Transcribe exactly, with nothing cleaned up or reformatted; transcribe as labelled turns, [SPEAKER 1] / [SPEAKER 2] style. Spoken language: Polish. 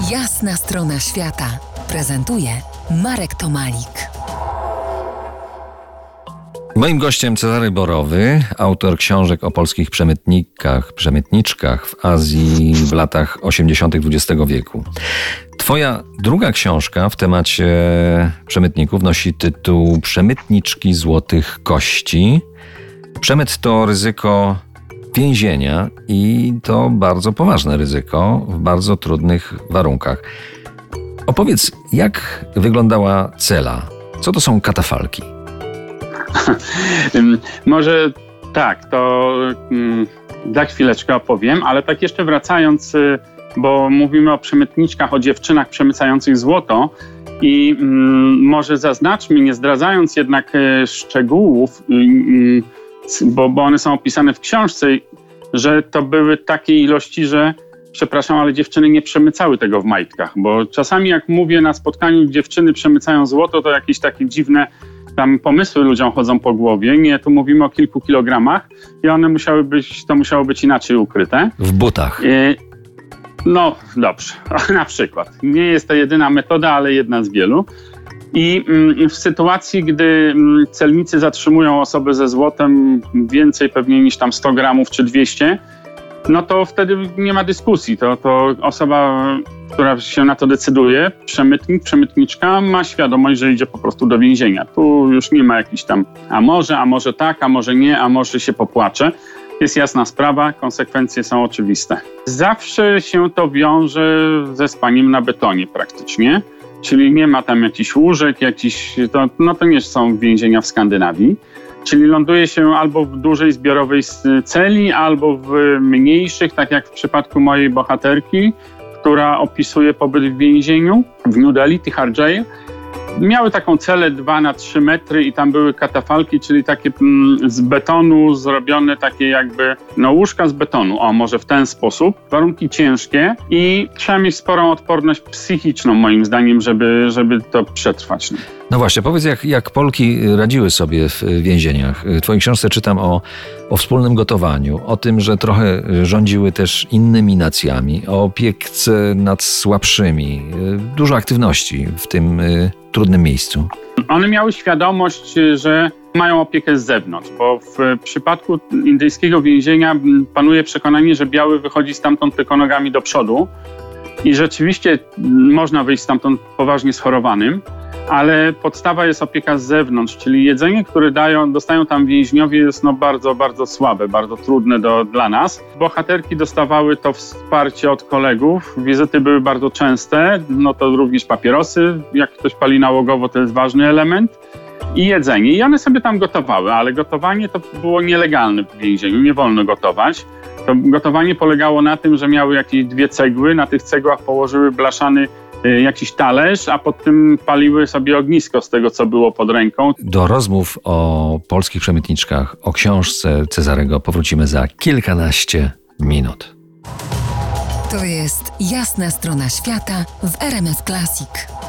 [SPEAKER 1] Jasna strona świata prezentuje Marek Tomalik.
[SPEAKER 2] Moim gościem Cezary Borowy, autor książek o polskich przemytnikach, przemytniczkach w Azji w latach osiemdziesiątych dwudziestego wieku. Twoja druga książka w temacie przemytników nosi tytuł Przemytniczki złotych kości. Przemyt to ryzyko więzienia i to bardzo poważne ryzyko w bardzo trudnych warunkach. Opowiedz, jak wyglądała cela? Co to są katafalki?
[SPEAKER 3] Może tak, to um, za chwileczkę opowiem, ale tak jeszcze wracając, bo mówimy o przemytniczkach, o dziewczynach przemycających złoto i um, może zaznaczmy, nie zdradzając jednak e, szczegółów, um, bo, bo one są opisane w książce, że to były takie ilości, że przepraszam, ale dziewczyny nie przemycały tego w majtkach, bo czasami jak mówię na spotkaniu, dziewczyny przemycają złoto, to jakieś takie dziwne tam pomysły ludziom chodzą po głowie. Nie, tu mówimy o kilku kilogramach i one musiały być, to musiało być inaczej ukryte.
[SPEAKER 2] W butach.
[SPEAKER 3] Y- no dobrze, na przykład. Nie jest to jedyna metoda, ale jedna z wielu. I mm, w sytuacji, gdy mm, celnicy zatrzymują osobę ze złotem więcej pewnie niż tam sto gramów czy dwieście, no to wtedy nie ma dyskusji. To, to osoba, która się na to decyduje, przemytnik, przemytniczka, ma świadomość, że idzie po prostu do więzienia. Tu już nie ma jakichś tam a może, a może tak, a może nie, a może się popłacze. Jest jasna sprawa, konsekwencje są oczywiste. Zawsze się to wiąże ze spaniem na betonie praktycznie, czyli nie ma tam jakichś łóżek, jakichś, to, no to nie są więzienia w Skandynawii. Czyli ląduje się albo w dużej zbiorowej celi, albo w mniejszych, tak jak w przypadku mojej bohaterki, która opisuje pobyt w więzieniu w New Delhi, Tihar Jail. Miały taką celę dwa na trzy metry i tam były katafalki, czyli takie mm, z betonu zrobione takie jakby no łóżka z betonu, o może w ten sposób. Warunki ciężkie i trzeba mieć sporą odporność psychiczną moim zdaniem, żeby, żeby to przetrwać.
[SPEAKER 2] No właśnie, powiedz jak, jak Polki radziły sobie w więzieniach. W twojej książce czytam o, o wspólnym gotowaniu, o tym, że trochę rządziły też innymi nacjami, o opiece nad słabszymi. Dużo aktywności w tym y, trudnym miejscu.
[SPEAKER 3] One miały świadomość, że mają opiekę z zewnątrz, bo w przypadku indyjskiego więzienia panuje przekonanie, że biały wychodzi stamtąd tylko nogami do przodu i rzeczywiście można wyjść stamtąd poważnie schorowanym, ale podstawa jest opieka z zewnątrz, czyli jedzenie, które dają, dostają tam więźniowie jest no bardzo, bardzo słabe, bardzo trudne do, dla nas. Bohaterki dostawały to wsparcie od kolegów, wizyty były bardzo częste, no to również papierosy, jak ktoś pali nałogowo, to jest ważny element. I jedzenie. I one sobie tam gotowały, ale gotowanie to było nielegalne w więzieniu, nie wolno gotować. To gotowanie polegało na tym, że miały jakieś dwie cegły, na tych cegłach położyły blaszany y, jakiś talerz, a pod tym paliły sobie ognisko z tego, co było pod ręką.
[SPEAKER 2] Do rozmów o polskich przemytniczkach, o książce Cezarego powrócimy za kilkanaście minut.
[SPEAKER 1] To jest Jasna strona świata w R M F Classic.